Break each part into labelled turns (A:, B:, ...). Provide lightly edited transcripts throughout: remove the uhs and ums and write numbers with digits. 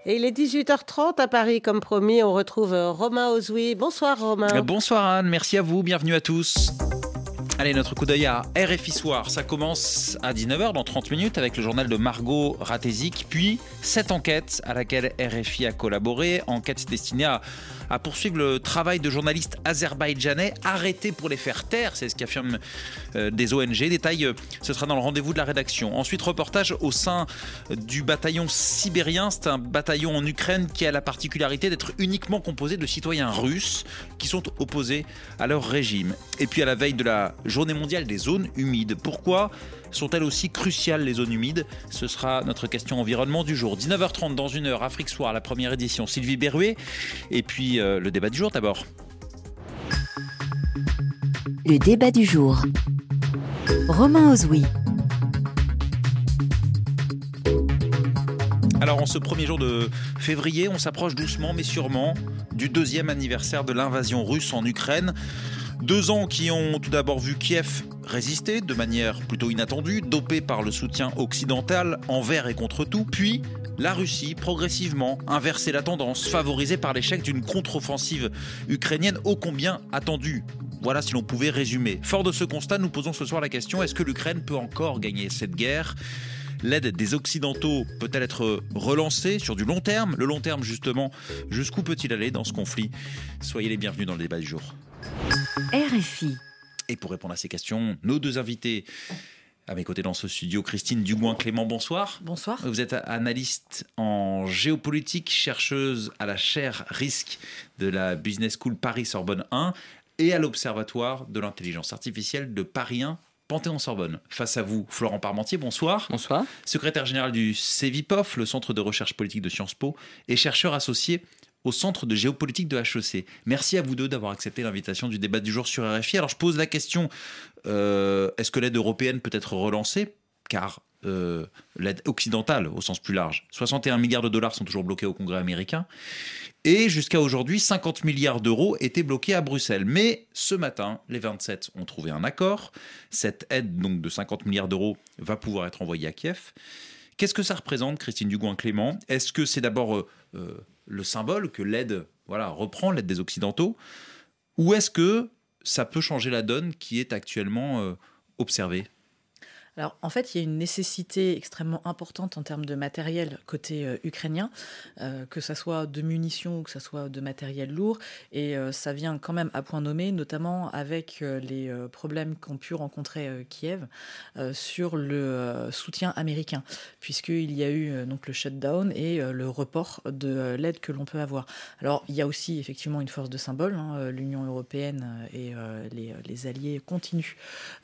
A: Et il est 18h30 à Paris, comme promis, on retrouve Romain Ozoui. Bonsoir Romain.
B: Bonsoir Anne, merci à vous, bienvenue à tous. Allez, notre coup d'œil à RFI Soir. Ça commence à 19h dans 30 minutes avec le journal de Margot Ratézik, puis cette enquête à laquelle RFI a collaboré, enquête destinée à poursuivre le travail de journalistes azerbaïdjanais arrêtés pour les faire taire, c'est ce qu'affirment des ONG. Détail, ce sera dans le rendez-vous de la rédaction. Ensuite, reportage au sein du bataillon sibérien. C'est un bataillon en Ukraine qui a la particularité d'être uniquement composé de citoyens russes qui sont opposés à leur régime. Et puis à la veille de la Journée mondiale des zones humides. Pourquoi sont-elles aussi cruciales les zones humides ? Ce sera notre question environnement du jour. 19h30 dans une heure, Afrique Soir, la première édition. Sylvie Berruet. Et puis le débat du jour d'abord.
C: Le débat du jour. Romain Ozoui.
B: Alors en ce premier jour de février, on s'approche doucement mais sûrement du deuxième anniversaire de l'invasion russe en Ukraine. 2 ans qui ont tout d'abord vu Kiev résister de manière plutôt inattendue, dopée par le soutien occidental envers et contre tout, puis la Russie progressivement inversait la tendance, favorisée par l'échec d'une contre-offensive ukrainienne ô combien attendue. Voilà si l'on pouvait résumer. Fort de ce constat, nous posons ce soir la question, est-ce que l'Ukraine peut encore gagner cette guerre ? L'aide des Occidentaux peut-elle être relancée sur du long terme ? Le long terme, justement, jusqu'où peut-il aller dans ce conflit ? Soyez les bienvenus dans le débat du jour.
C: RFI.
B: Et pour répondre à ces questions, nos deux invités à mes côtés dans ce studio, Christine Dugouin-Clément, bonsoir.
D: Bonsoir.
B: Vous êtes analyste en géopolitique, chercheuse à la chaire risque de la Business School Paris-Sorbonne 1 et à l'Observatoire de l'intelligence artificielle de Paris 1, Panthéon-Sorbonne. Face à vous, Florent Parmentier, bonsoir.
D: Bonsoir.
B: Secrétaire général du CEVIPOF, le Centre de recherche politique de Sciences Po, et chercheur associé au Centre de géopolitique de HEC. Merci à vous deux d'avoir accepté l'invitation du débat du jour sur RFI. Alors je pose la question, est-ce que l'aide européenne peut être relancée ? Car l'aide occidentale, au sens plus large, 61 milliards de dollars sont toujours bloqués au Congrès américain. Et jusqu'à aujourd'hui, 50 milliards d'euros étaient bloqués à Bruxelles. Mais ce matin, les 27 ont trouvé un accord. Cette aide donc de 50 milliards d'euros va pouvoir être envoyée à Kiev. Qu'est-ce que ça représente, Christine Dugouin-Clément ? Est-ce que c'est d'abord le symbole que l'aide reprend, l'aide des Occidentaux ? Ou est-ce que ça peut changer la donne qui est actuellement observée ?
D: Alors, en fait, il y a une nécessité extrêmement importante en termes de matériel côté ukrainien, que ça soit de munitions ou que ça soit de matériel lourd. Et ça vient quand même à point nommé, notamment avec les problèmes qu'ont pu rencontrer Kiev sur le soutien américain, puisqu'il y a eu donc le shutdown et le report de l'aide que l'on peut avoir. Alors, il y a aussi effectivement une force de symbole. L'Union européenne et les alliés continuent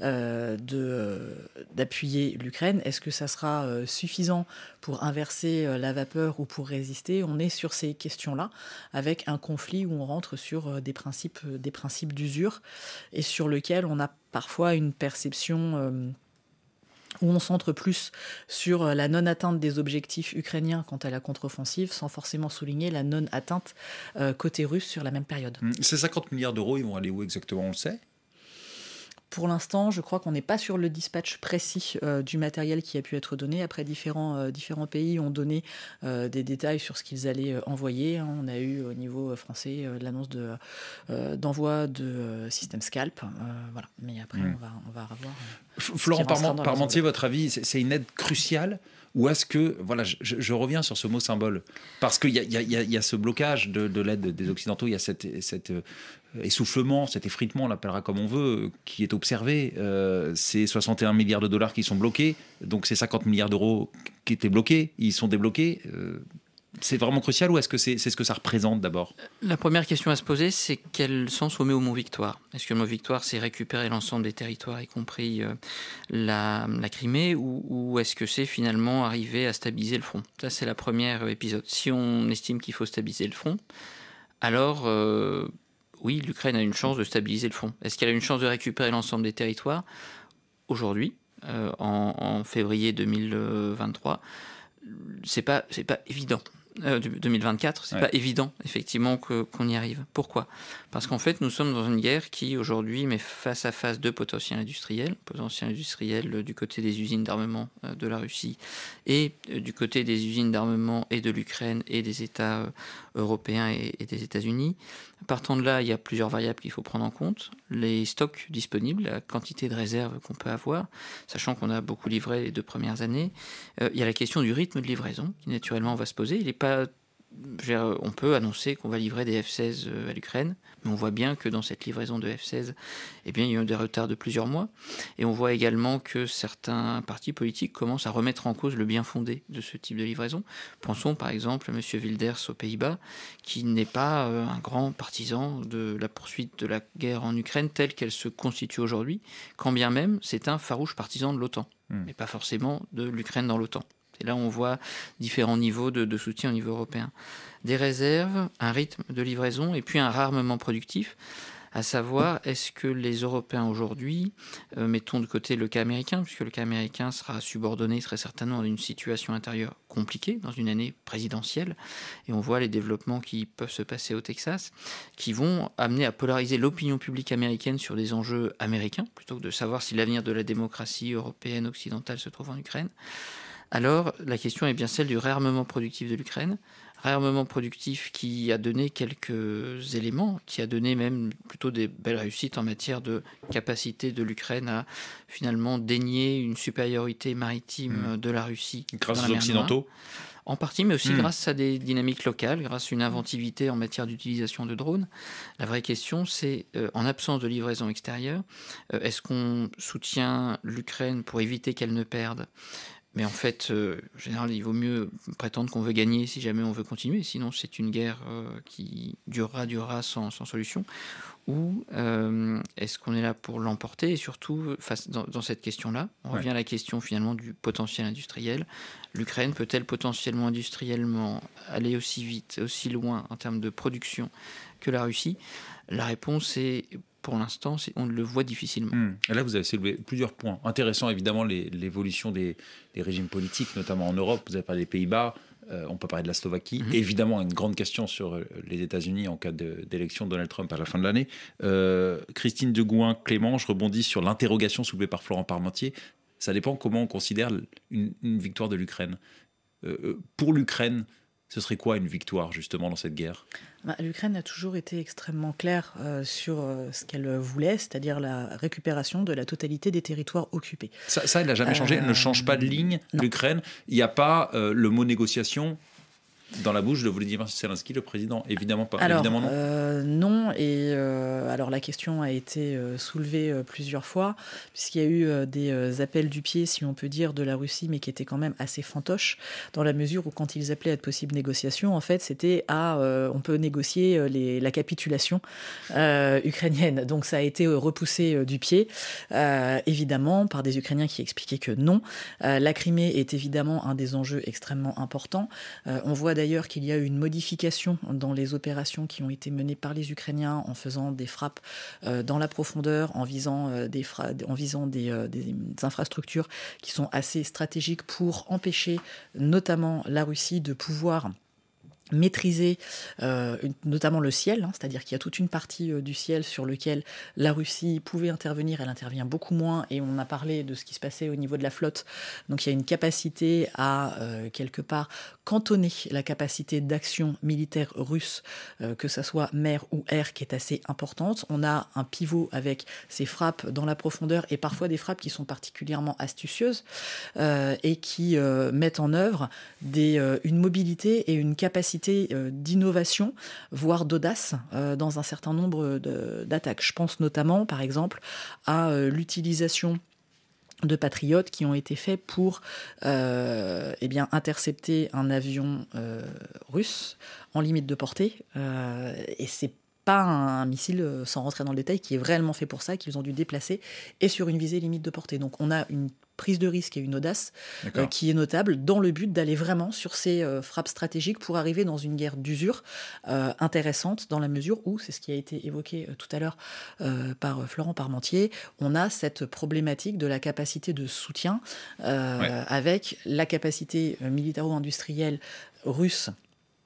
D: d'appuyer l'Ukraine. Est-ce que ça sera suffisant pour inverser la vapeur ou pour résister ? On est sur ces questions-là, avec un conflit où on rentre sur des principes d'usure et sur lequel on a parfois une perception où on centre plus sur la non-atteinte des objectifs ukrainiens quant à la contre-offensive, sans forcément souligner la non-atteinte côté russe sur la même période.
B: Ces 50 milliards d'euros, ils vont aller où exactement, on le sait ?
D: Pour l'instant, je crois qu'on n'est pas sur le dispatch précis du matériel qui a pu être donné. Après, différents pays ont donné des détails sur ce qu'ils allaient envoyer. On a eu au niveau français l'annonce d'envoi de système Scalp. Voilà. Mais après, on va revoir.
B: Florent Parmentier, votre avis, c'est une aide cruciale ? Ou est-ce que, je reviens sur ce mot symbole, parce qu'il y a ce blocage de l'aide des Occidentaux, il y a cet essoufflement, cet effritement, on l'appellera comme on veut, qui est observé. C'est 61 milliards de dollars qui sont bloqués, donc c'est 50 milliards d'euros qui étaient bloqués, ils sont débloqués. C'est vraiment crucial ou est-ce que c'est ce que ça représente d'abord ?
E: La première question à se poser, c'est quel sens on met au mot victoire ? Est-ce que le mot victoire, c'est récupérer l'ensemble des territoires, y compris la Crimée, ou est-ce que c'est finalement arriver à stabiliser le front ? Ça, c'est la première épisode. Si on estime qu'il faut stabiliser le front, alors oui, l'Ukraine a une chance de stabiliser le front. Est-ce qu'elle a une chance de récupérer l'ensemble des territoires ? Aujourd'hui, en février 2023, c'est pas évident. 2024, c'est pas évident effectivement qu'on y arrive. Pourquoi ? Parce qu'en fait, nous sommes dans une guerre qui aujourd'hui met face à face deux potentiels industriels du côté des usines d'armement de la Russie et du côté des usines d'armement et de l'Ukraine et des États européens et des États-Unis. Partant de là, il y a plusieurs variables qu'il faut prendre en compte. Les stocks disponibles, la quantité de réserves qu'on peut avoir, sachant qu'on a beaucoup livré les 2 premières années. Il y a la question du rythme de livraison qui naturellement va se poser. On peut annoncer qu'on va livrer des F-16 à l'Ukraine, mais on voit bien que dans cette livraison de F-16, il y a eu des retards de plusieurs mois. Et on voit également que certains partis politiques commencent à remettre en cause le bien fondé de ce type de livraison. Pensons par exemple à M. Wilders aux Pays-Bas, qui n'est pas un grand partisan de la poursuite de la guerre en Ukraine telle qu'elle se constitue aujourd'hui, quand bien même c'est un farouche partisan de l'OTAN, mais pas forcément de l'Ukraine dans l'OTAN. Et là, on voit différents niveaux de soutien au niveau européen. Des réserves, un rythme de livraison et puis un réarmement productif, à savoir, est-ce que les Européens aujourd'hui, mettons de côté le cas américain, puisque le cas américain sera subordonné très certainement à une situation intérieure compliquée, dans une année présidentielle, et on voit les développements qui peuvent se passer au Texas, qui vont amener à polariser l'opinion publique américaine sur des enjeux américains, plutôt que de savoir si l'avenir de la démocratie européenne occidentale se trouve en Ukraine. Alors, la question est bien celle du réarmement productif de l'Ukraine. Réarmement productif qui a donné quelques éléments, qui a donné même plutôt des belles réussites en matière de capacité de l'Ukraine à finalement dénier une supériorité maritime de la Russie.
B: Grâce aux Occidentaux ?
E: En partie, mais aussi grâce à des dynamiques locales, grâce à une inventivité en matière d'utilisation de drones. La vraie question, c'est, en absence de livraison extérieure, est-ce qu'on soutient l'Ukraine pour éviter qu'elle ne perde ? Mais en fait, en général, il vaut mieux prétendre qu'on veut gagner si jamais on veut continuer. Sinon, c'est une guerre qui durera sans solution. Ou est-ce qu'on est là pour l'emporter ? Et surtout, dans cette question-là, on revient à la question finalement du potentiel industriel. L'Ukraine peut-elle potentiellement industriellement aller aussi vite, aussi loin en termes de production que la Russie ? La réponse est... Pour l'instant, on le voit difficilement.
B: Et là, vous avez soulevé plusieurs points. Intéressant, évidemment, l'évolution des régimes politiques, notamment en Europe. Vous avez parlé des Pays-Bas, on peut parler de la Slovaquie. Évidemment, une grande question sur les États-Unis en cas d'élection de Donald Trump à la fin de l'année. Christine Degouin-Clément, je rebondis sur l'interrogation soulevée par Florent Parmentier. Ça dépend comment on considère une victoire de l'Ukraine. Pour l'Ukraine, ce serait quoi une victoire, justement, dans cette guerre ?
D: L'Ukraine a toujours été extrêmement claire sur ce qu'elle voulait, c'est-à-dire la récupération de la totalité des territoires occupés.
B: Ça elle n'a jamais changé, elle ne change pas de ligne, non. L'Ukraine. Il n'y a pas le mot négociation dans la bouche de Volodymyr Zelensky, le président. Évidemment pas.
D: Alors,
B: évidemment non.
D: Non, et alors la question a été soulevée plusieurs fois, puisqu'il y a eu des appels du pied, si on peut dire, de la Russie, mais qui étaient quand même assez fantoches, dans la mesure où quand ils appelaient à de possibles négociations, en fait, c'était on peut négocier la capitulation ukrainienne. Donc ça a été repoussé du pied, évidemment, par des Ukrainiens qui expliquaient que non. La Crimée est évidemment un des enjeux extrêmement importants. On voit d'ailleurs qu'il y a eu une modification dans les opérations qui ont été menées par les Ukrainiens en faisant des frappes dans la profondeur, en visant des infrastructures qui sont assez stratégiques pour empêcher notamment la Russie de pouvoir maîtriser notamment le ciel, c'est-à-dire qu'il y a toute une partie du ciel sur lequel la Russie pouvait intervenir, elle intervient beaucoup moins, et on a parlé de ce qui se passait au niveau de la flotte, donc il y a une capacité à quelque part cantonner la capacité d'action militaire russe, que ça soit mer ou air, qui est assez importante. On a un pivot avec ces frappes dans la profondeur, et parfois des frappes qui sont particulièrement astucieuses et qui mettent en œuvre une mobilité et une capacité d'innovation, voire d'audace dans un certain nombre d'attaques. Je pense notamment, par exemple, à l'utilisation de patriotes qui ont été faits pour intercepter un avion russe en limite de portée. Et c'est pas un missile, sans rentrer dans le détail, qui est réellement fait pour ça, qu'ils ont dû déplacer, et sur une visée limite de portée. Donc on a une prise de risque et une audace qui est notable dans le but d'aller vraiment sur ces frappes stratégiques pour arriver dans une guerre d'usure intéressante, dans la mesure où, c'est ce qui a été évoqué tout à l'heure par Florent Parmentier, on a cette problématique de la capacité de soutien, ouais, , avec la capacité militaro-industrielle russe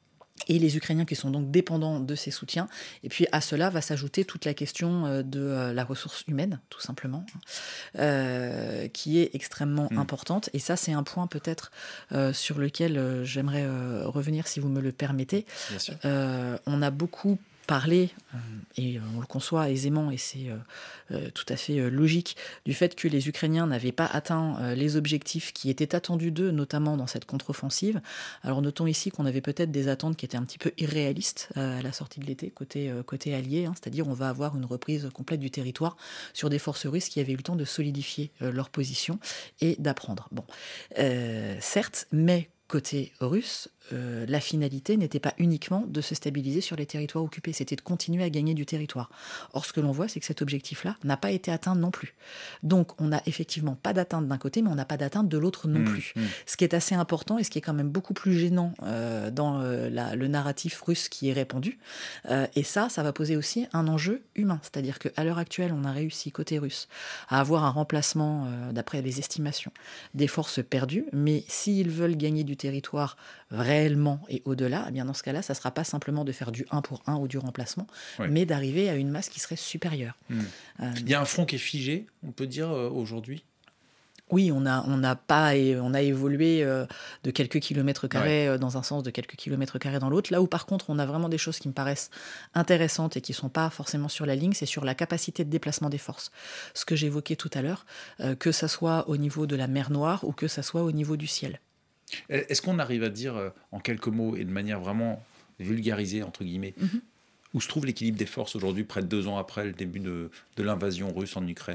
D: et les Ukrainiens qui sont donc dépendants de ces soutiens. Et puis à cela va s'ajouter toute la question de la ressource humaine, tout simplement, qui est extrêmement importante. Et ça, c'est un point peut-être sur lequel j'aimerais revenir, si vous me le permettez.
B: Bien sûr.
D: On a beaucoup parler, et on le conçoit aisément, et c'est tout à fait logique, du fait que les Ukrainiens n'avaient pas atteint les objectifs qui étaient attendus d'eux, notamment dans cette contre-offensive. Alors notons ici qu'on avait peut-être des attentes qui étaient un petit peu irréalistes à la sortie de l'été, côté allié, c'est-à-dire on va avoir une reprise complète du territoire sur des forces russes qui avaient eu le temps de solidifier leur position et d'apprendre. Bon, certes, mais côté russe, la finalité n'était pas uniquement de se stabiliser sur les territoires occupés, c'était de continuer à gagner du territoire. Or, ce que l'on voit, c'est que cet objectif-là n'a pas été atteint non plus. Donc, on n'a effectivement pas d'atteinte d'un côté, mais on n'a pas d'atteinte de l'autre non plus. Ce qui est assez important et ce qui est quand même beaucoup plus gênant dans le narratif russe qui est répandu. Et ça va poser aussi un enjeu humain. C'est-à-dire qu'à l'heure actuelle, on a réussi, côté russe, à avoir un remplacement, d'après les estimations, des forces perdues. Mais s'ils veulent gagner du territoire réellement et au-delà, eh bien dans ce cas-là, ça ne sera pas simplement de faire du 1 pour 1 ou du remplacement, mais d'arriver à une masse qui serait supérieure.
B: Il y a un front qui est figé, on peut dire, aujourd'hui ?
D: Oui, on a évolué de quelques kilomètres carrés dans un sens, de quelques kilomètres carrés dans l'autre. Là où par contre on a vraiment des choses qui me paraissent intéressantes et qui ne sont pas forcément sur la ligne, c'est sur la capacité de déplacement des forces. Ce que j'évoquais tout à l'heure, que ça soit au niveau de la mer Noire ou que ça soit au niveau du ciel.
B: Est-ce qu'on arrive à dire en quelques mots et de manière vraiment vulgarisée, entre guillemets, où se trouve l'équilibre des forces aujourd'hui, près de 2 ans après le début de l'invasion russe en Ukraine ?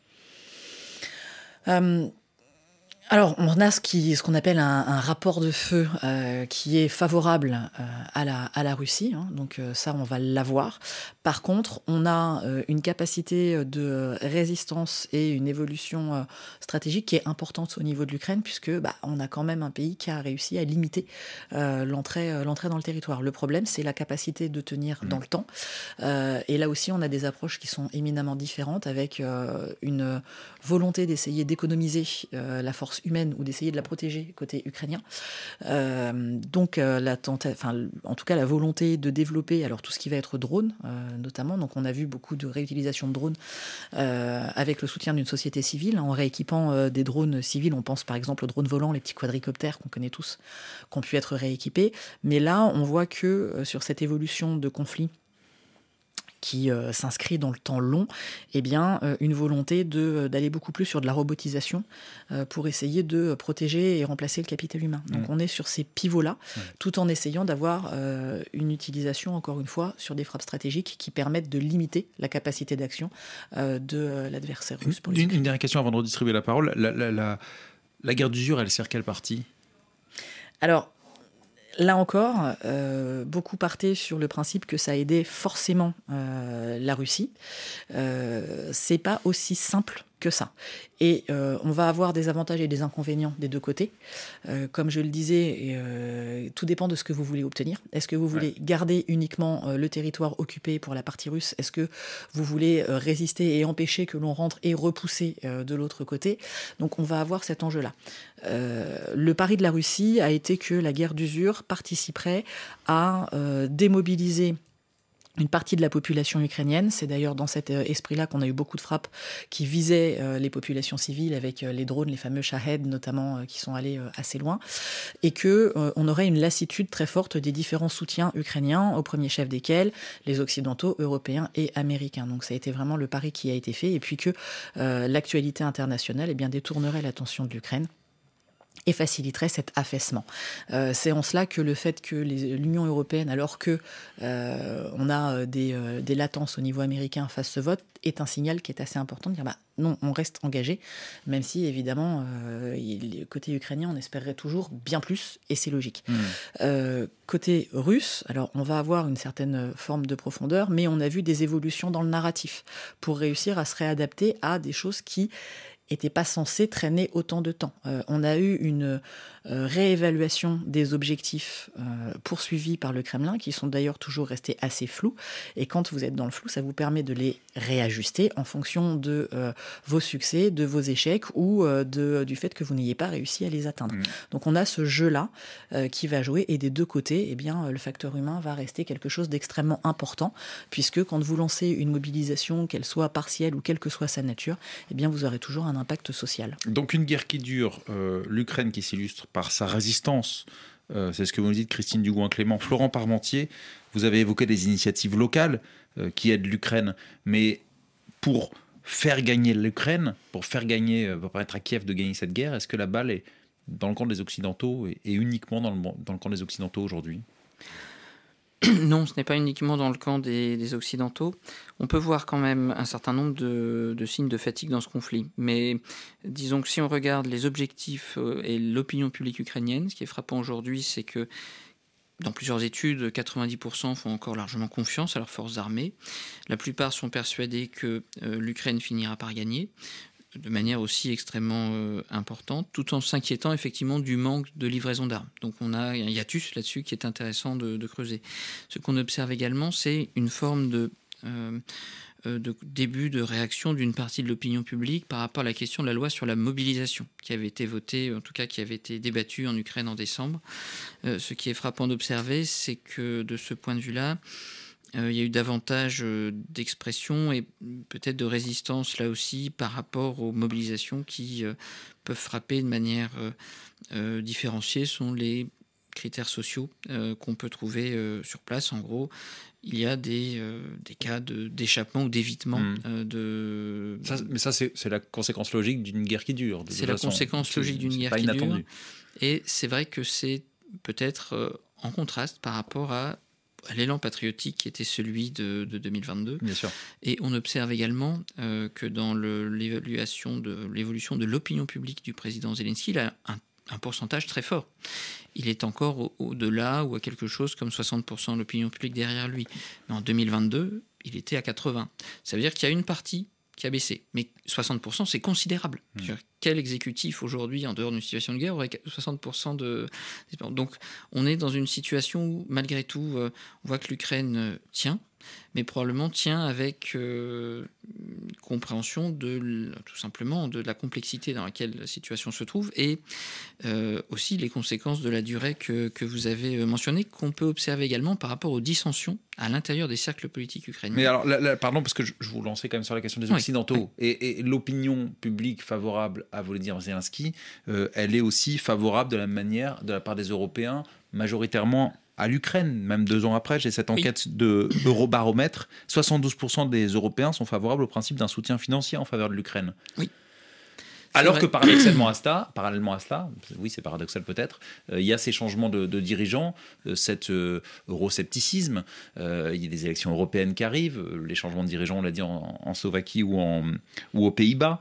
D: Alors, on a ce qu'on appelle un rapport de feu qui est favorable à la Russie, donc ça, on va l'avoir. Par contre, on a une capacité de résistance et une évolution stratégique qui est importante au niveau de l'Ukraine, puisque on a quand même un pays qui a réussi à limiter l'entrée dans le territoire. Le problème, c'est la capacité de tenir dans le temps. Et là aussi, on a des approches qui sont éminemment différentes, avec une volonté d'essayer d'économiser la force humaine ou d'essayer de la protéger côté ukrainien. Donc, en tout cas, la volonté de développer alors tout ce qui va être drone, notamment. Donc, on a vu beaucoup de réutilisation de drones avec le soutien d'une société civile, en rééquipant des drones civils. On pense par exemple aux drones volants, les petits quadricoptères qu'on connaît tous, qui ont pu être rééquipés. Mais là, on voit que sur cette évolution de conflit qui s'inscrit dans le temps long, eh bien, une volonté d'aller beaucoup plus sur de la robotisation pour essayer de protéger et remplacer le capital humain. Donc on est sur ces pivots-là, tout en essayant d'avoir une utilisation, encore une fois, sur des frappes stratégiques qui permettent de limiter la capacité d'action de l'adversaire russe.
B: Une dernière question avant de redistribuer la parole. La guerre d'usure, elle sert quelle partie ?
D: Alors, là encore, beaucoup partaient sur le principe que ça aidait forcément la Russie. C'est pas aussi simple que ça. Et on va avoir des avantages et des inconvénients des deux côtés. Comme je le disais, tout dépend de ce que vous voulez obtenir. Est-ce que vous voulez garder uniquement le territoire occupé pour la partie russe ? Est-ce que vous voulez résister et empêcher que l'on rentre et repousser de l'autre côté ? Donc on va avoir cet enjeu-là. Le pari de la Russie a été que la guerre d'usure participerait à démobiliser une partie de la population ukrainienne. C'est d'ailleurs dans cet esprit-là qu'on a eu beaucoup de frappes qui visaient les populations civiles avec les drones, les fameux Shahed notamment, qui sont allés assez loin, et qu'on aurait une lassitude très forte des différents soutiens ukrainiens, au premier chef desquels les Occidentaux, Européens et Américains. Donc ça a été vraiment le pari qui a été fait, et puis que l'actualité internationale détournerait l'attention de l'Ukraine et faciliterait cet affaissement. C'est en cela que le fait que l'Union européenne, alors que on a des latences au niveau américain face à ce vote, est un signal qui est assez important de dire non, on reste engagé, même si évidemment, côté ukrainien, on espérerait toujours bien plus, et c'est logique. Côté russe, alors on va avoir une certaine forme de profondeur, mais on a vu des évolutions dans le narratif pour réussir à se réadapter à des choses qui n'était pas censé traîner autant de temps. On a eu une réévaluation des objectifs poursuivis par le Kremlin, qui sont d'ailleurs toujours restés assez flous. Et quand vous êtes dans le flou, ça vous permet de les réajuster en fonction de vos succès, de vos échecs ou du fait que vous n'ayez pas réussi à les atteindre. Donc on a ce jeu-là qui va jouer, et des deux côtés, eh bien, le facteur humain va rester quelque chose d'extrêmement important, puisque quand vous lancez une mobilisation, qu'elle soit partielle ou quelle que soit sa nature, eh bien, vous aurez toujours un impact social.
B: Donc une guerre qui dure, l'Ukraine qui s'illustre par sa résistance, c'est ce que vous nous dites, Christine Dugouin-Clément. Florent Parmentier, vous avez évoqué des initiatives locales qui aident l'Ukraine, mais pour faire gagner l'Ukraine, pour permettre à Kiev de gagner cette guerre, est-ce que la balle est dans le camp des Occidentaux et uniquement dans le camp des Occidentaux aujourd'hui ?
E: Non, ce n'est pas uniquement dans le camp des Occidentaux. On peut voir quand même un certain nombre de signes de fatigue dans ce conflit. Mais disons que si on regarde les objectifs et l'opinion publique ukrainienne, ce qui est frappant aujourd'hui, c'est que dans plusieurs études, 90% font encore largement confiance à leurs forces armées. La plupart sont persuadés que l'Ukraine finira par gagner, de manière aussi extrêmement importante, tout en s'inquiétant effectivement du manque de livraison d'armes. Donc on a un hiatus là-dessus qui est intéressant de creuser. Ce qu'on observe également, c'est une forme de début de réaction d'une partie de l'opinion publique par rapport à la question de la loi sur la mobilisation, qui avait été votée, en tout cas qui avait été débattue en Ukraine en décembre. Ce qui est frappant d'observer, c'est que de ce point de vue-là, il y a eu davantage d'expression et peut-être de résistance là aussi par rapport aux mobilisations qui peuvent frapper de manière différenciée, sont les critères sociaux qu'on peut trouver sur place. En gros, il y a des cas d'échappement ou d'évitement.
B: Mais ça, c'est la conséquence logique d'une guerre qui dure.
E: C'est la conséquence logique d'une guerre qui dure. Et c'est vrai que c'est peut-être en contraste par rapport à l'élan patriotique qui était celui de 2022.
B: Bien sûr.
E: Et on observe également que dans l'évolution de l'opinion publique du président Zelensky, il a un pourcentage très fort. Il est encore au-delà ou à quelque chose comme 60% de l'opinion publique derrière lui. Mais en 2022, il était à 80%. Ça veut dire qu'il y a une partie qui a baissé. Mais 60%, c'est considérable. Quel exécutif aujourd'hui, en dehors d'une situation de guerre, aurait 60% de... Donc, on est dans une situation où, malgré tout, on voit que l'Ukraine tient, mais probablement tient avec compréhension tout simplement de la complexité dans laquelle la situation se trouve et aussi les conséquences de la durée que vous avez mentionnées, qu'on peut observer également par rapport aux dissensions à l'intérieur des cercles politiques ukrainiens.
B: Mais alors, pardon, parce que je vous lançais quand même sur la question des Occidentaux. Oui. Et l'opinion publique favorable à Volodymyr Zelensky, elle est aussi favorable de la même manière de la part des Européens, majoritairement à l'Ukraine. Même 2 ans après, j'ai cette enquête de Eurobaromètre, 72% des Européens sont favorables au principe d'un soutien financier en faveur de l'Ukraine.
E: Oui.
B: Alors que parallèlement à cela, oui c'est paradoxal peut-être, il y a ces changements de dirigeants, cet euroscepticisme, il y a des élections européennes qui arrivent, les changements de dirigeants on l'a dit en Slovaquie ou aux Pays-Bas.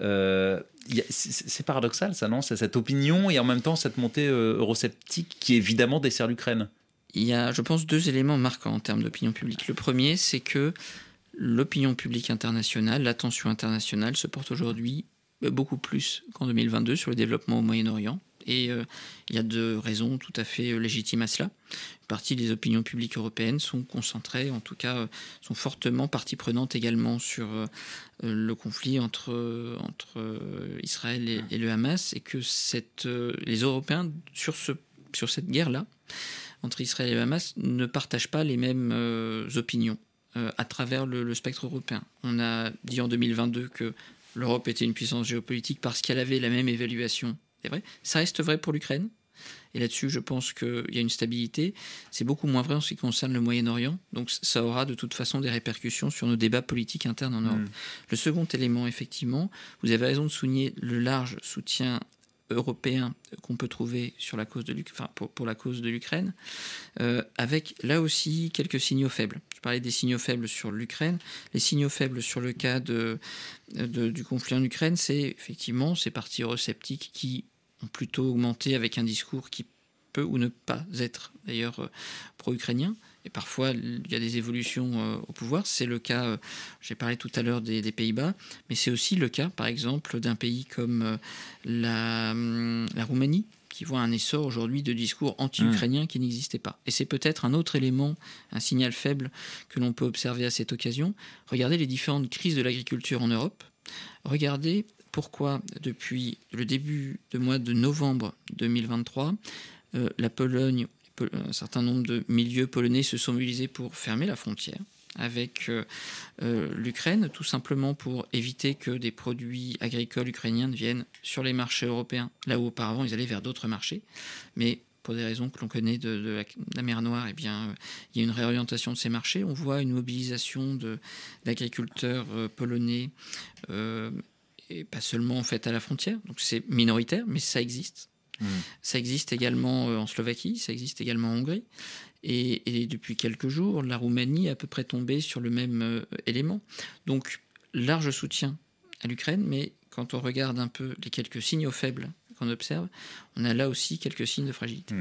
B: C'est paradoxal ça, non ? C'est cette opinion et en même temps cette montée eurosceptique qui évidemment dessert l'Ukraine.
E: Il y a, je pense, 2 éléments marquants en termes d'opinion publique. Le premier, c'est que l'opinion publique internationale, l'attention internationale se porte aujourd'hui beaucoup plus qu'en 2022 sur le développement au Moyen-Orient. Et il y a 2 raisons tout à fait légitimes à cela. Une partie des opinions publiques européennes sont concentrées, en tout cas sont fortement partie prenante également sur le conflit entre Israël et le Hamas, et que les Européens, sur cette guerre-là, entre Israël et le Hamas, ne partagent pas les mêmes opinions à travers le spectre européen. On a dit en 2022 que l'Europe était une puissance géopolitique parce qu'elle avait la même évaluation. C'est vrai. Ça reste vrai pour l'Ukraine. Et là-dessus, je pense qu'il y a une stabilité. C'est beaucoup moins vrai en ce qui concerne le Moyen-Orient. Donc ça aura de toute façon des répercussions sur nos débats politiques internes en Europe. Le second élément, effectivement, vous avez raison de souligner le large soutien européen qu'on peut trouver sur la cause pour la cause de l'Ukraine, avec là aussi quelques signaux faibles. Je parlais des signaux faibles sur l'Ukraine. Les signaux faibles sur le cas du conflit en Ukraine, c'est effectivement ces partis eurosceptiques qui ont plutôt augmenté avec un discours qui peut ou ne pas être d'ailleurs pro-ukrainien. Et parfois, il y a des évolutions au pouvoir. C'est le cas, j'ai parlé tout à l'heure des Pays-Bas, mais c'est aussi le cas, par exemple, d'un pays comme la Roumanie, qui voit un essor aujourd'hui de discours anti-ukrainiens qui n'existait pas. Et c'est peut-être un autre élément, un signal faible que l'on peut observer à cette occasion. Regardez les différentes crises de l'agriculture en Europe. Regardez pourquoi, depuis le début du mois de novembre 2023, la Pologne, un certain nombre de milieux polonais se sont mobilisés pour fermer la frontière avec l'Ukraine, tout simplement pour éviter que des produits agricoles ukrainiens ne viennent sur les marchés européens, là où auparavant ils allaient vers d'autres marchés. Mais pour des raisons que l'on connaît de la mer Noire, eh bien, il y a une réorientation de ces marchés. On voit une mobilisation d'agriculteurs polonais, et pas seulement en fait à la frontière. Donc c'est minoritaire, mais ça existe. Ça existe également en Slovaquie, ça existe également en Hongrie. Et depuis quelques jours, la Roumanie est à peu près tombée sur le même élément. Donc, large soutien à l'Ukraine, mais quand on regarde un peu les quelques signaux faibles qu'on observe, on a là aussi quelques signes de fragilité.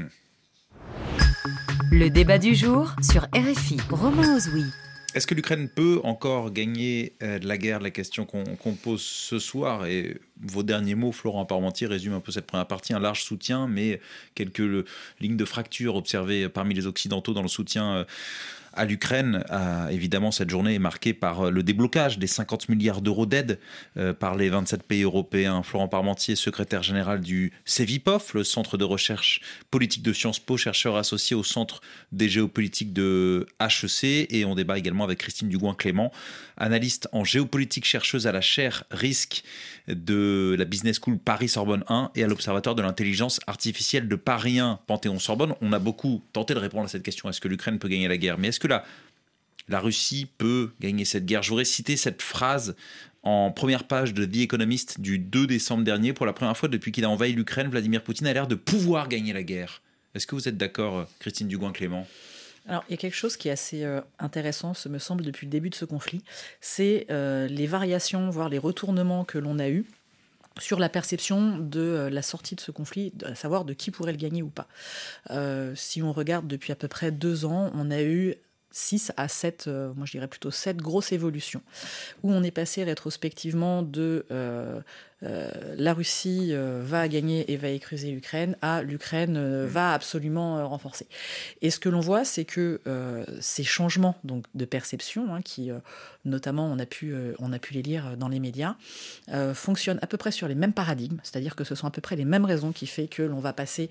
C: Le débat du jour sur RFI. Romain Ozoui.
B: Est-ce que l'Ukraine peut encore gagner la guerre? La question qu'on pose ce soir, et vos derniers mots, Florent Parmentier, résument un peu cette première partie. Un large soutien, mais quelques lignes de fracture observées parmi les Occidentaux dans le soutien à l'Ukraine. Évidemment, cette journée est marquée par le déblocage des 50 milliards d'euros d'aide par les 27 pays européens. Florent Parmentier, secrétaire général du CEVIPOF, le centre de recherche politique de Sciences Po, chercheur associé au centre des géopolitiques de HEC. Et on débat également avec Christine Dugouin-Clément, analyste en géopolitique, chercheuse à la chaire risque de la Business School Paris-Sorbonne 1 et à l'Observatoire de l'intelligence artificielle de Paris 1 Panthéon-Sorbonne. On a beaucoup tenté de répondre à cette question. Est-ce que l'Ukraine peut gagner la guerre? Mais est-ce que la Russie peut gagner cette guerre? Je voudrais citer cette phrase en première page de The Economist du 2 décembre dernier. Pour la première fois depuis qu'il a envahi l'Ukraine, Vladimir Poutine a l'air de pouvoir gagner la guerre. Est-ce que vous êtes d'accord, Christine Dugouin-Clément?
D: Alors, il y a quelque chose qui est assez intéressant, ce me semble, depuis le début de ce conflit, c'est les variations, voire les retournements que l'on a eus sur la perception de la sortie de ce conflit, à savoir de qui pourrait le gagner ou pas. Si on regarde depuis à peu près 2 ans, on a eu 6 à 7, moi je dirais plutôt 7 grosses évolutions, où on est passé rétrospectivement de la Russie va gagner et va écraser l'Ukraine à l'Ukraine va absolument renforcer. Et ce que l'on voit, c'est que ces changements donc, de perception, qui notamment on a pu les lire dans les médias, fonctionnent à peu près sur les mêmes paradigmes, c'est-à-dire que ce sont à peu près les mêmes raisons qui fait que l'on va passer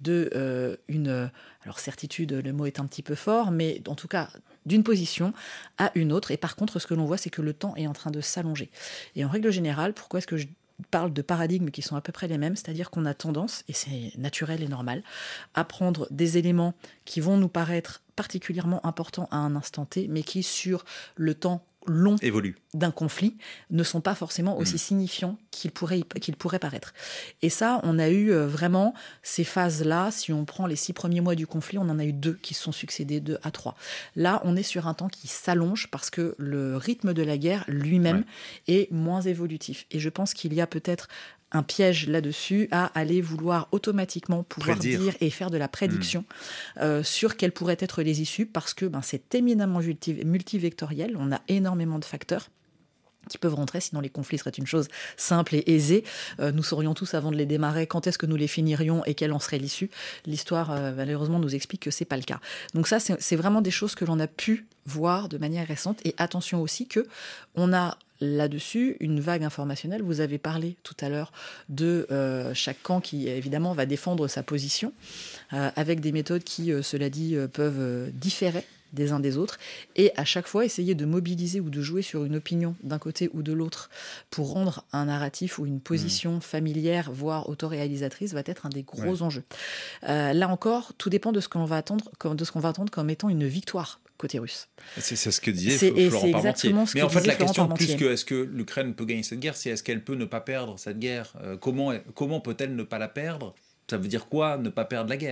D: de alors certitude, le mot est un petit peu fort, mais en tout cas d'une position à une autre. Et par contre, ce que l'on voit, c'est que le temps est en train de s'allonger. Et en règle générale, pourquoi est-ce que je parle de paradigmes qui sont à peu près les mêmes? C'est-à-dire qu'on a tendance, et c'est naturel et normal, à prendre des éléments qui vont nous paraître particulièrement importants à un instant T, mais qui, sur le temps long d'un conflit, ne sont pas forcément aussi signifiants qu'ils pourraient paraître. Et ça, on a eu vraiment ces phases-là. Si on prend les 6 premiers mois du conflit, on en a eu 2 qui se sont succédés, 2 à 3. Là, on est sur un temps qui s'allonge parce que le rythme de la guerre lui-même est moins évolutif. Et je pense qu'il y a peut-être un piège là-dessus à aller vouloir automatiquement pouvoir dire et faire de la prédiction sur quelles pourraient être les issues, parce que c'est éminemment multivectoriel, on a énormément de facteurs qui peuvent rentrer, sinon les conflits seraient une chose simple et aisée. Nous saurions tous, avant de les démarrer, quand est-ce que nous les finirions et quelle en serait l'issue. L'histoire, malheureusement, nous explique que c'est pas le cas. Donc ça, c'est vraiment des choses que l'on a pu voir de manière récente. Et attention aussi que on a là-dessus une vague informationnelle. Vous avez parlé tout à l'heure de chaque camp qui, évidemment, va défendre sa position avec des méthodes qui, cela dit, peuvent différer des uns des autres, et à chaque fois essayer de mobiliser ou de jouer sur une opinion d'un côté ou de l'autre pour rendre un narratif ou une position familière, voire autoréalisatrice, va être un des gros enjeux. Là encore, tout dépend de ce qu'on va attendre comme étant une victoire côté russe.
B: C'est ce que disait Florent Parmentier. Mais en fait, la question, plus que est-ce que l'Ukraine peut gagner cette guerre, c'est est-ce qu'elle peut ne pas perdre cette guerre? Comment peut-elle ne pas la perdre? Ça veut dire quoi, ne pas perdre la guerre?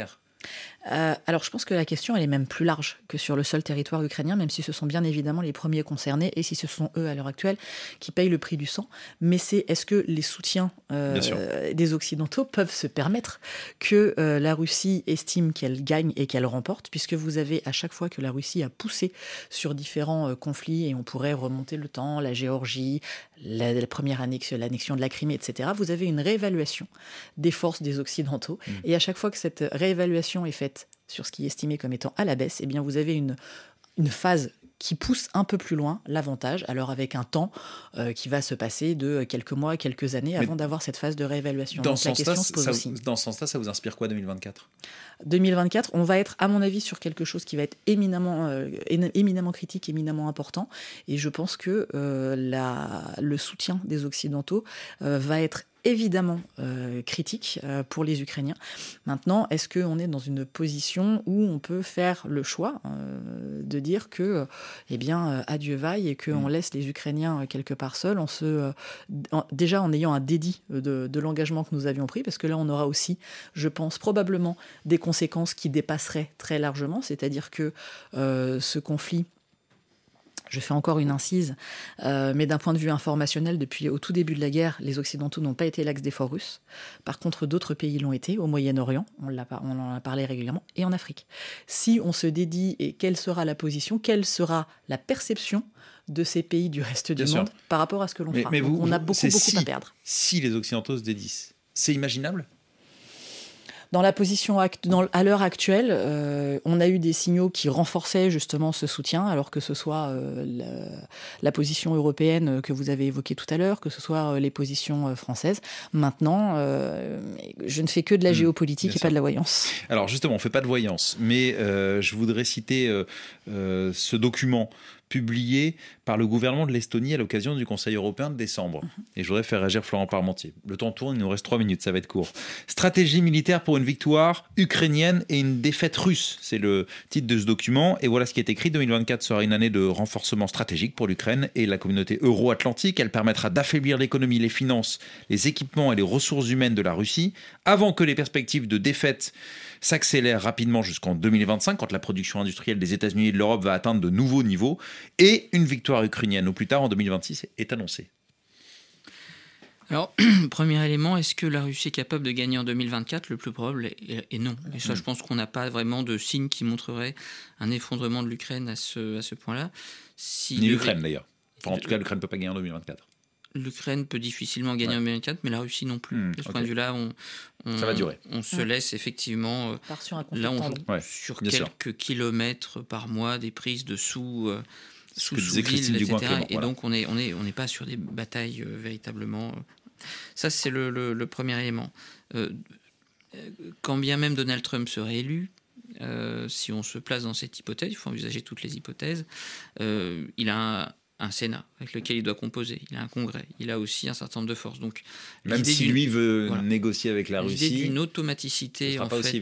D: Alors je pense que la question elle est même plus large que sur le seul territoire ukrainien, même si ce sont bien évidemment les premiers concernés et si ce sont eux à l'heure actuelle qui payent le prix du sang. Mais est-ce que les soutiens des Occidentaux peuvent se permettre que la Russie estime qu'elle gagne et qu'elle remporte, puisque vous avez à chaque fois que la Russie a poussé sur différents conflits, et on pourrait remonter le temps, la Géorgie, la première l'annexion de la Crimée, etc., vous avez une réévaluation des forces des Occidentaux. Et à chaque fois que cette réévaluation est faite sur ce qui est estimé comme étant à la baisse, eh bien vous avez une phase qui pousse un peu plus loin l'avantage, alors avec un temps qui va se passer de quelques mois, quelques années avant d'avoir cette phase de réévaluation. Donc la question se pose aussi.
B: Dans ce sens-là, ça vous inspire quoi 2024 ?
D: 2024, on va être, à mon avis, sur quelque chose qui va être éminemment critique, éminemment important. Et je pense que le soutien des Occidentaux va être évidemment critique pour les Ukrainiens. Maintenant, est-ce qu'on est dans une position où on peut faire le choix de dire que, adieu vaille et qu'on laisse les Ukrainiens quelque part seuls, déjà en ayant un dédit de l'engagement que nous avions pris, parce que là, on aura aussi, je pense, probablement des conséquences qui dépasseraient très largement, c'est-à-dire que ce conflit, je fais encore une incise, mais d'un point de vue informationnel, depuis au tout début de la guerre, les Occidentaux n'ont pas été l'axe d'effort russe. Par contre, d'autres pays l'ont été, au Moyen-Orient, on en a parlé régulièrement, et en Afrique. Si on se dédie, et quelle sera la position, quelle sera la perception de ces pays du reste du monde par rapport à ce que l'on fera.
B: Mais
D: Donc, on a beaucoup à perdre.
B: Si les Occidentaux se dédient, c'est imaginable ?
D: Dans la position à l'heure actuelle, on a eu des signaux qui renforçaient justement ce soutien, alors que ce soit la position européenne que vous avez évoquée tout à l'heure, que ce soit les positions françaises. Maintenant, je ne fais que de la géopolitique et pas de la voyance.
B: Alors justement, on ne fait pas de voyance, mais je voudrais citer ce document publié par le gouvernement de l'Estonie à l'occasion du Conseil européen de décembre. Et je voudrais faire réagir Florent Parmentier. Le temps tourne, il nous reste 3 minutes, ça va être court. Stratégie militaire pour une victoire ukrainienne et une défaite russe. C'est le titre de ce document. Et voilà ce qui est écrit. 2024 sera une année de renforcement stratégique pour l'Ukraine et la communauté euro-atlantique. Elle permettra d'affaiblir l'économie, les finances, les équipements et les ressources humaines de la Russie avant que les perspectives de défaite s'accélère rapidement jusqu'en 2025, quand la production industrielle des États-Unis et de l'Europe va atteindre de nouveaux niveaux, et une victoire ukrainienne au plus tard en 2026 est annoncée.
E: Alors, premier élément, est-ce que la Russie est capable de gagner en 2024 ? Le plus probable est non. Et ça, je pense qu'on n'a pas vraiment de signe qui montrerait un effondrement de l'Ukraine à ce point-là. Ni
B: l'Ukraine d'ailleurs. Enfin, en tout cas, l'Ukraine ne peut pas gagner en 2024.
E: L'Ukraine peut difficilement gagner en 2024, mais la Russie non plus. De ce point de vue-là,
B: ça va durer.
E: On se laisse effectivement... sur quelques kilomètres par mois, des prises de sous-villes, etc. Et donc, on n'est pas sur des batailles véritablement... Ça, c'est le premier élément. Quand bien même Donald Trump serait élu, si on se place dans cette hypothèse, il faut envisager toutes les hypothèses, il a un Sénat avec lequel il doit composer, il a un Congrès, il a aussi un certain nombre de forces. Donc,
B: même si lui veut négocier avec la Russie,
E: l'idée d'une automaticité, en fait,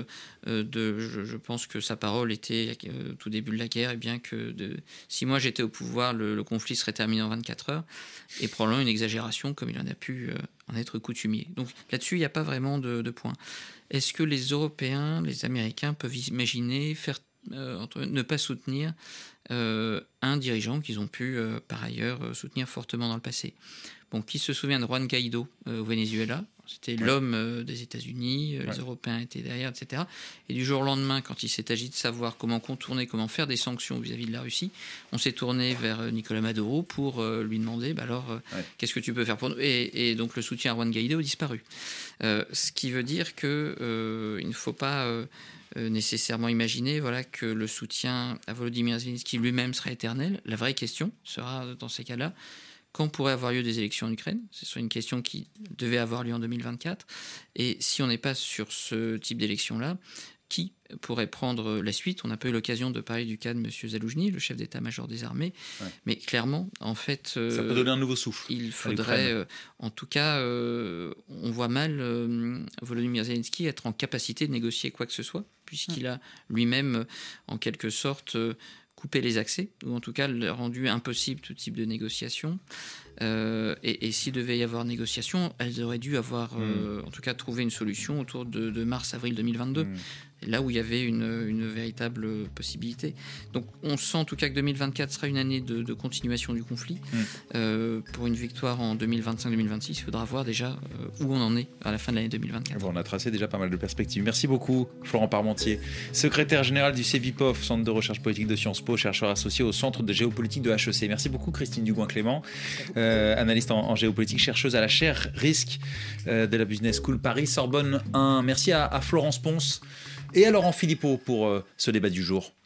E: je pense que sa parole était au tout début de la guerre, et bien que si moi j'étais au pouvoir, le conflit serait terminé en 24 heures, et probablement une exagération comme il en a pu en être coutumier. Donc là-dessus, il n'y a pas vraiment de point. Est-ce que les Européens, les Américains peuvent imaginer ne pas soutenir un dirigeant qu'ils ont pu par ailleurs soutenir fortement dans le passé. Bon, qui se souvient de Juan Guaido au Venezuela ? C'était l'homme des États-Unis, les Européens étaient derrière, etc. Et du jour au lendemain, quand il s'est agi de savoir comment contourner, comment faire des sanctions vis-à-vis de la Russie, on s'est tourné vers Nicolas Maduro pour lui demander qu'est-ce que tu peux faire pour nous ? Et donc le soutien à Juan Guaido a disparu. Ce qui veut dire qu'il ne faut pas nécessairement imaginer que le soutien à Volodymyr Zelensky lui-même sera éternel. La vraie question sera, dans ces cas-là, quand pourraient avoir lieu des élections en Ukraine ? C'est une question qui devait avoir lieu en 2024. Et si on n'est pas sur ce type d'élection-là, qui pourrait prendre la suite ? On n'a pas eu l'occasion de parler du cas de M. Zaloujny, le chef d'état-major des armées. Mais clairement, en fait...
B: ça peut donner un nouveau souffle.
E: Il faudrait... en tout cas, on voit mal Volodymyr Zelensky être en capacité de négocier quoi que ce soit, puisqu'il a lui-même, en quelque sorte... couper les accès, ou en tout cas rendu impossible tout type de négociation. Et s'il devait y avoir négociation, elles auraient dû avoir, en tout cas, trouvé une solution autour de mars-avril 2022. Là où il y avait une véritable possibilité. Donc on sent en tout cas que 2024 sera une année de continuation du conflit. Pour une victoire en 2025-2026, il faudra voir déjà où on en est à la fin de l'année 2024.
B: Bon, on a tracé déjà pas mal de perspectives. Merci beaucoup Florent Parmentier, secrétaire général du CEVIPOF, Centre de recherche politique de Sciences Po, chercheur associé au Centre de géopolitique de HEC. Merci beaucoup Christine Dugouin-Clément, analyste en géopolitique, chercheuse à la chaire risque de la Business School Paris Sorbonne 1. Merci à Florence Ponce et à Laurent Philippot pour ce débat du jour.